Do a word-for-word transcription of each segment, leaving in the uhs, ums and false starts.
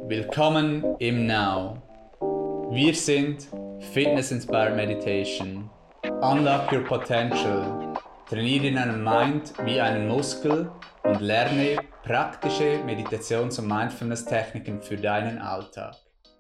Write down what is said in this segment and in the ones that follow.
Willkommen im Now. Wir sind Fitness Inspired Meditation. Unlock your potential. Trainiere deinen Mind wie einen Muskel und lerne praktische Meditations- und Mindfulness-Techniken für deinen Alltag.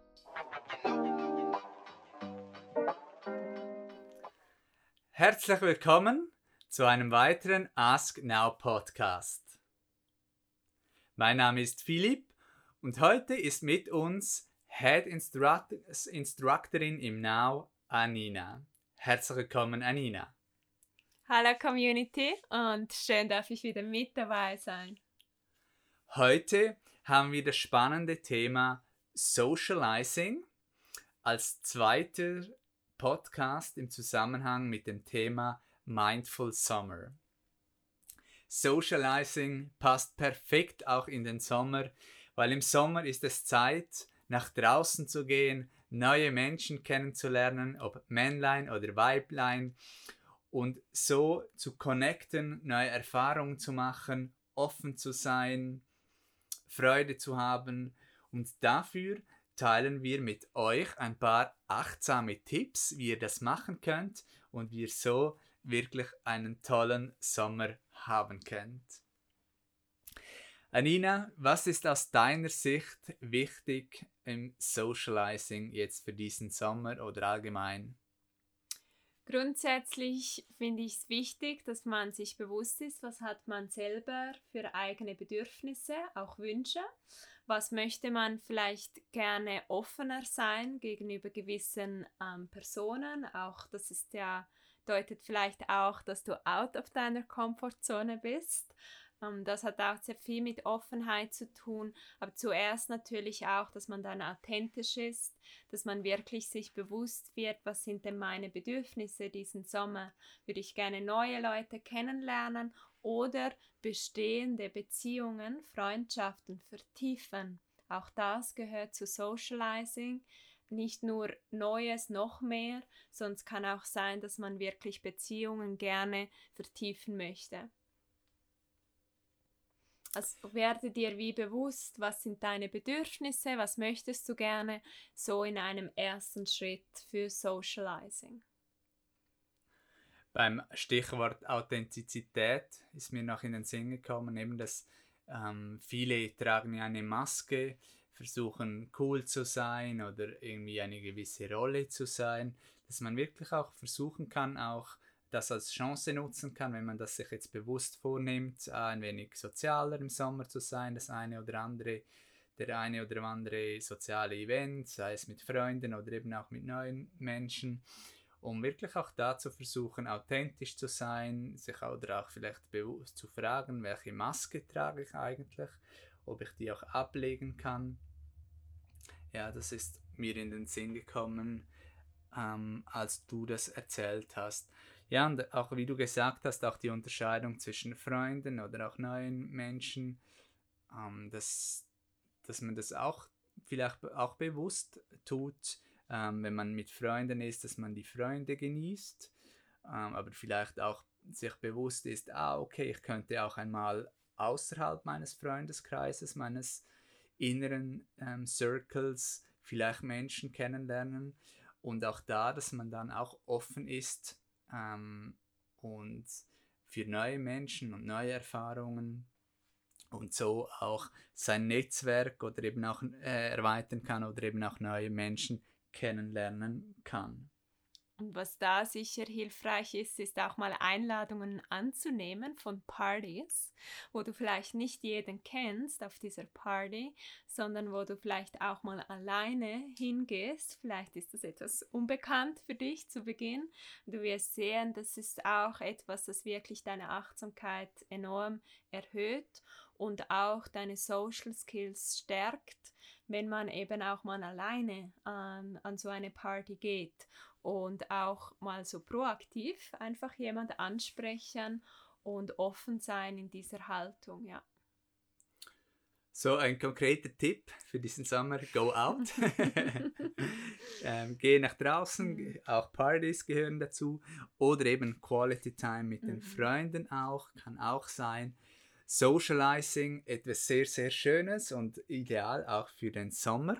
Herzlich willkommen zu einem weiteren Ask Now Podcast. Mein Name ist Philipp und heute ist mit uns Head Instruct- Instructorin im Now, Anina. Herzlich willkommen, Anina. Hallo Community und schön, darf ich wieder mit dabei sein. Heute haben wir das spannende Thema Socializing als zweiter Podcast im Zusammenhang mit dem Thema Mindful Summer. Socializing passt perfekt auch in den Sommer, weil im Sommer ist es Zeit, nach draußen zu gehen, neue Menschen kennenzulernen, ob Männlein oder Weiblein, und so zu connecten, neue Erfahrungen zu machen, offen zu sein, Freude zu haben. Und dafür teilen wir mit euch ein paar achtsame Tipps, wie ihr das machen könnt und wie ihr so wirklich einen tollen Sommer haben könnt. Anina, was ist aus deiner Sicht wichtig im Socializing jetzt für diesen Sommer oder allgemein? Grundsätzlich finde ich es wichtig, dass man sich bewusst ist, was hat man selber für eigene Bedürfnisse, auch Wünsche. Was möchte man vielleicht gerne offener sein gegenüber gewissen ähm, Personen? Auch das ist ja, deutet vielleicht auch, dass du out of deiner Komfortzone bist. Ähm, das hat auch sehr viel mit Offenheit zu tun, aber zuerst natürlich auch, dass man dann authentisch ist, dass man wirklich sich bewusst wird, was sind denn meine Bedürfnisse diesen Sommer? Würde ich gerne neue Leute kennenlernen oder bestehende Beziehungen, Freundschaften vertiefen? Auch das gehört zu Socializing. Nicht nur Neues, noch mehr, sonst kann auch sein, dass man wirklich Beziehungen gerne vertiefen möchte. Also werde dir wie bewusst, was sind deine Bedürfnisse, was möchtest du gerne, so in einem ersten Schritt für Socializing. Beim Stichwort Authentizität ist mir noch in den Sinn gekommen, eben dass ähm, viele tragen ja eine Maske, versuchen cool zu sein oder irgendwie eine gewisse Rolle zu sein, dass man wirklich auch versuchen kann, auch das als Chance nutzen kann, wenn man das sich jetzt bewusst vornimmt, ein wenig sozialer im Sommer zu sein, das eine oder andere, der eine oder andere soziale Event, sei es mit Freunden oder eben auch mit neuen Menschen, um wirklich auch da zu versuchen, authentisch zu sein, sich oder auch vielleicht bewusst zu fragen, welche Maske trage ich eigentlich, ob ich die auch ablegen kann. Ja, das ist mir in den Sinn gekommen, ähm, als du das erzählt hast. Ja, und auch wie du gesagt hast, auch die Unterscheidung zwischen Freunden oder auch neuen Menschen, ähm, dass, dass man das auch vielleicht auch bewusst tut, ähm, wenn man mit Freunden ist, dass man die Freunde genießt, ähm, aber vielleicht auch sich bewusst ist, ah, okay, ich könnte auch einmal außerhalb meines Freundeskreises, meines inneren ähm, Circles vielleicht Menschen kennenlernen, und auch da, dass man dann auch offen ist ähm, und für neue Menschen und neue Erfahrungen und so auch sein Netzwerk oder eben auch äh, erweitern kann oder eben auch neue Menschen kennenlernen kann. Und was da sicher hilfreich ist, ist auch mal Einladungen anzunehmen von Partys, wo du vielleicht nicht jeden kennst auf dieser Party, sondern wo du vielleicht auch mal alleine hingehst. Vielleicht ist das etwas unbekannt für dich zu Beginn. Du wirst sehen, das ist auch etwas, das wirklich deine Achtsamkeit enorm erhöht und auch deine Social Skills stärkt, wenn man eben auch mal alleine an, an so eine Party geht. Und auch mal so proaktiv einfach jemand ansprechen und offen sein in dieser Haltung, ja. So ein konkreter Tipp für diesen Sommer: Go out. ähm, geh nach draußen, Mhm. auch Partys gehören dazu. Oder eben Quality Time mit den Mhm. Freunden auch, kann auch sein. Socializing etwas sehr, sehr Schönes und ideal auch für den Sommer.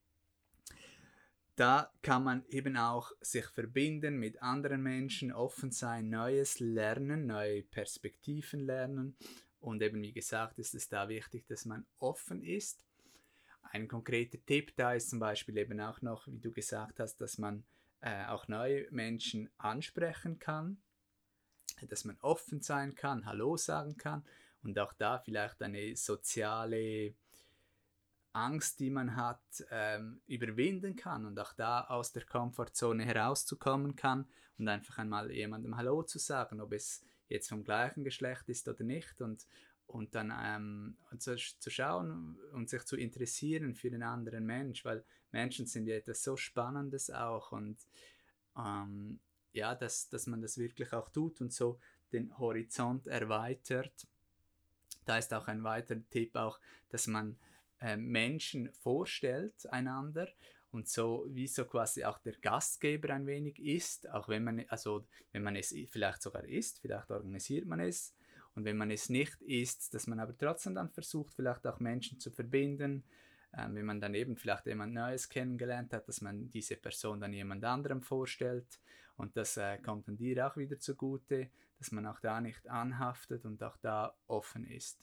Da kann man eben auch sich verbinden mit anderen Menschen, offen sein, Neues lernen, neue Perspektiven lernen. Und eben wie gesagt, ist es da wichtig, dass man offen ist. Ein konkreter Tipp da ist zum Beispiel eben auch noch, wie du gesagt hast, dass man äh, auch neue Menschen ansprechen kann, dass man offen sein kann, Hallo sagen kann und auch da vielleicht eine soziale Angst, die man hat, ähm, überwinden kann und auch da aus der Komfortzone herauszukommen kann und einfach einmal jemandem Hallo zu sagen, ob es jetzt vom gleichen Geschlecht ist oder nicht und, und dann ähm, zu, zu schauen und sich zu interessieren für den anderen Mensch, weil Menschen sind ja etwas so Spannendes auch und ähm, ja, dass, dass man das wirklich auch tut und so den Horizont erweitert. Da ist auch ein weiterer Tipp auch, dass man äh, Menschen vorstellt einander und so wie so quasi auch der Gastgeber ein wenig ist, auch wenn man, also wenn man es vielleicht sogar ist, vielleicht organisiert man es und wenn man es nicht ist, dass man aber trotzdem dann versucht, vielleicht auch Menschen zu verbinden, ähm, wenn man dann eben vielleicht jemand Neues kennengelernt hat, dass man diese Person dann jemand anderem vorstellt und das äh, kommt dann dir auch wieder zugute, dass man auch da nicht anhaftet und auch da offen ist.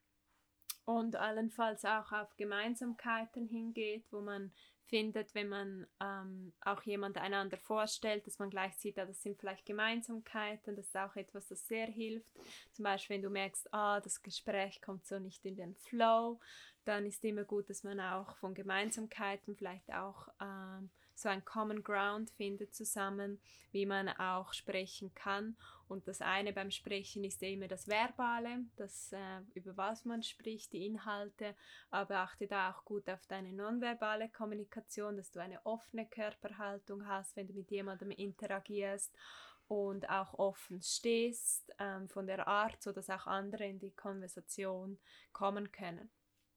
Und allenfalls auch auf Gemeinsamkeiten hingeht, wo man findet, wenn man ähm, auch jemand einander vorstellt, dass man gleich sieht, ah, das sind vielleicht Gemeinsamkeiten, das ist auch etwas, das sehr hilft. Zum Beispiel, wenn du merkst, ah, das Gespräch kommt so nicht in den Flow, dann ist immer gut, dass man auch von Gemeinsamkeiten vielleicht auch ähm, so ein Common Ground findet zusammen, wie man auch sprechen kann. Und das eine beim Sprechen ist ja immer das Verbale, das, äh, über was man spricht, die Inhalte, aber achte da auch gut auf deine nonverbale Kommunikation, dass du eine offene Körperhaltung hast, wenn du mit jemandem interagierst und auch offen stehst, ähm, von der Art, sodass auch andere in die Konversation kommen können.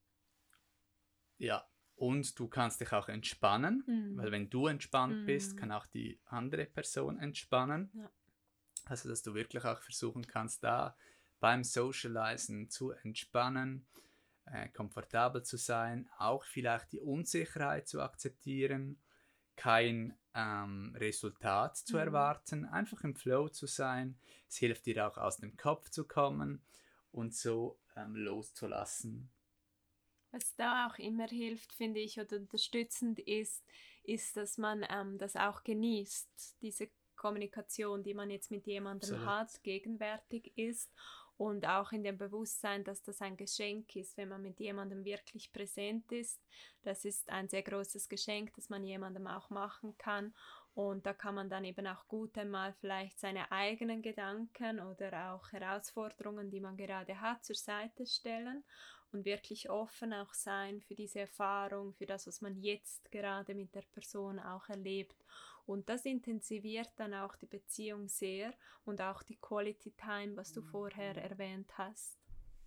Ja, und du kannst dich auch entspannen, Mm. weil wenn du entspannt Mm. bist, kann auch die andere Person entspannen. Ja. Also, dass du wirklich auch versuchen kannst, da beim Socializen zu entspannen, äh, komfortabel zu sein, auch vielleicht die Unsicherheit zu akzeptieren, kein ähm, Resultat zu Mhm. erwarten, einfach im Flow zu sein. Es hilft dir auch aus dem Kopf zu kommen und so ähm, loszulassen. Was da auch immer hilft, finde ich, oder unterstützend ist, ist, dass man ähm, das auch genießt, diese Kommunikation, die man jetzt mit jemandem Absolut. hat, gegenwärtig ist und auch in dem Bewusstsein, dass das ein Geschenk ist, wenn man mit jemandem wirklich präsent ist. Das ist ein sehr großes Geschenk, das man jemandem auch machen kann und da kann man dann eben auch gut einmal vielleicht seine eigenen Gedanken oder auch Herausforderungen, die man gerade hat, zur Seite stellen und wirklich offen auch sein für diese Erfahrung, für das, was man jetzt gerade mit der Person auch erlebt. Und das intensiviert dann auch die Beziehung sehr und auch die Quality Time, was du vorher erwähnt hast.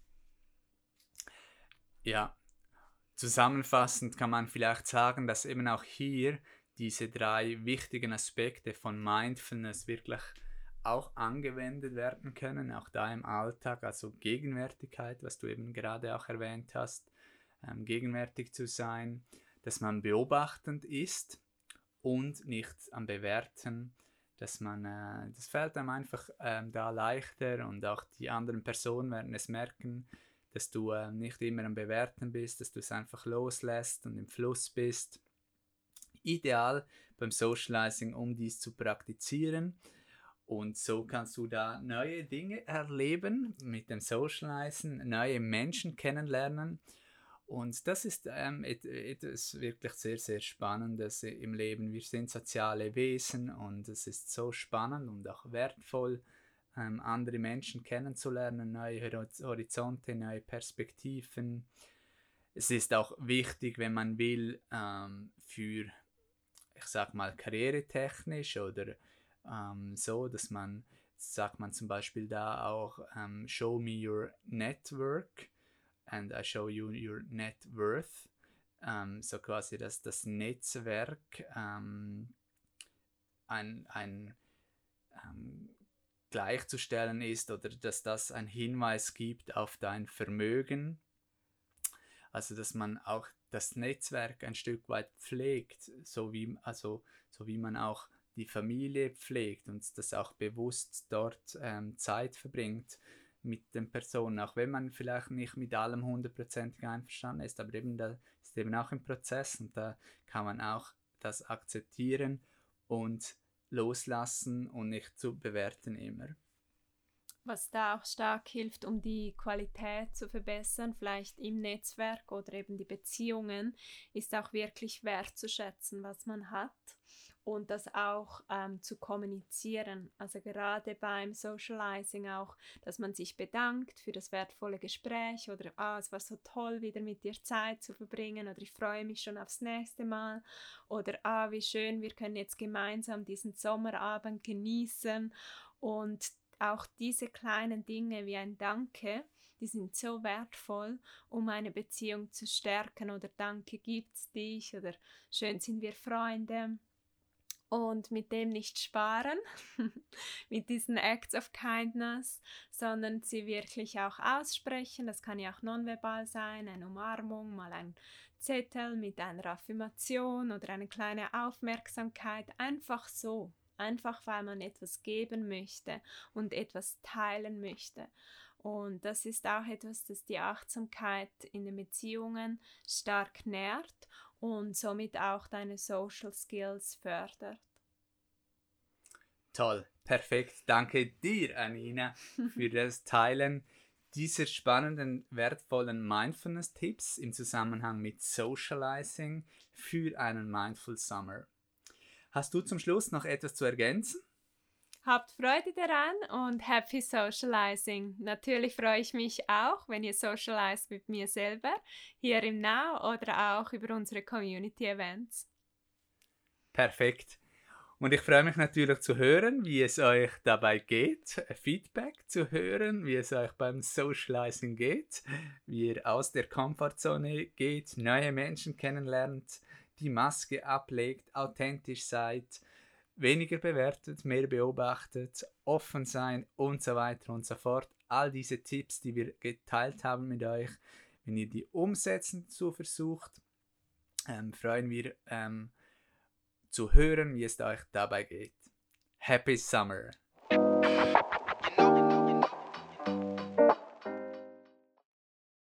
Ja, zusammenfassend kann man vielleicht sagen, dass eben auch hier diese drei wichtigen Aspekte von Mindfulness wirklich auch angewendet werden können, auch da im Alltag, also Gegenwärtigkeit, was du eben gerade auch erwähnt hast, ähm, gegenwärtig zu sein, dass man beobachtend ist und nicht am Bewerten, dass man, äh, das fällt einem einfach ähm, da leichter und auch die anderen Personen werden es merken, dass du äh, nicht immer am Bewerten bist, dass du es einfach loslässt und im Fluss bist. Ideal beim Socializing, um dies zu praktizieren. Und so kannst du da neue Dinge erleben mit dem Socializen, neue Menschen kennenlernen. Und das ist ähm, etwas wirklich sehr, sehr Spannendes im Leben. Wir sind soziale Wesen und es ist so spannend und auch wertvoll, ähm, andere Menschen kennenzulernen, neue Horizonte, neue Perspektiven. Es ist auch wichtig, wenn man will, ähm, für, ich sag mal, karrieretechnisch oder ähm, so, dass man, sagt man zum Beispiel da auch, ähm, show me your network and I show you your net worth. Ähm, so quasi, dass das Netzwerk ähm, ein, ein ähm, gleichzustellen ist oder dass das ein Hinweis gibt auf dein Vermögen. Also dass man auch das Netzwerk ein Stück weit pflegt, so wie, also, so wie man auch die Familie pflegt und das auch bewusst dort ähm, Zeit verbringt mit den Personen, auch wenn man vielleicht nicht mit allem hundertprozentig einverstanden ist, aber eben da ist eben auch ein Prozess und da kann man auch das akzeptieren und loslassen und nicht zu bewerten immer. Was da auch stark hilft, um die Qualität zu verbessern, vielleicht im Netzwerk oder eben die Beziehungen, ist auch wirklich wertzuschätzen, was man hat und das auch ähm, zu kommunizieren. Also gerade beim Socializing auch, dass man sich bedankt für das wertvolle Gespräch oder ah, es war so toll, wieder mit dir Zeit zu verbringen oder ich freue mich schon aufs nächste Mal oder ah, wie schön, wir können jetzt gemeinsam diesen Sommerabend genießen und auch diese kleinen Dinge wie ein Danke, die sind so wertvoll, um eine Beziehung zu stärken oder Danke gibt's dich oder schön sind wir Freunde und mit dem nicht sparen, mit diesen Acts of Kindness, sondern sie wirklich auch aussprechen. Das kann ja auch nonverbal sein, eine Umarmung, mal ein Zettel mit einer Affirmation oder eine kleine Aufmerksamkeit, einfach so. Einfach weil man etwas geben möchte und etwas teilen möchte. Und das ist auch etwas, das die Achtsamkeit in den Beziehungen stark nährt und somit auch deine Social Skills fördert. Toll, perfekt. Danke dir, Anina, für das Teilen dieser spannenden, wertvollen Mindfulness-Tipps im Zusammenhang mit Socializing für einen Mindful Summer. Hast du zum Schluss noch etwas zu ergänzen? Habt Freude daran und happy Socializing. Natürlich freue ich mich auch, wenn ihr socialized mit mir selber, hier im Now oder auch über unsere Community-Events. Perfekt. Und ich freue mich natürlich zu hören, wie es euch dabei geht, Feedback zu hören, wie es euch beim Socializing geht, wie ihr aus der Komfortzone geht, neue Menschen kennenlernt, die Maske ablegt, authentisch seid, weniger bewertet, mehr beobachtet, offen sein und so weiter und so fort. All diese Tipps, die wir geteilt haben mit euch, wenn ihr die umsetzen zu versucht, ähm, freuen wir ähm, zu hören, wie es euch dabei geht. Happy Summer!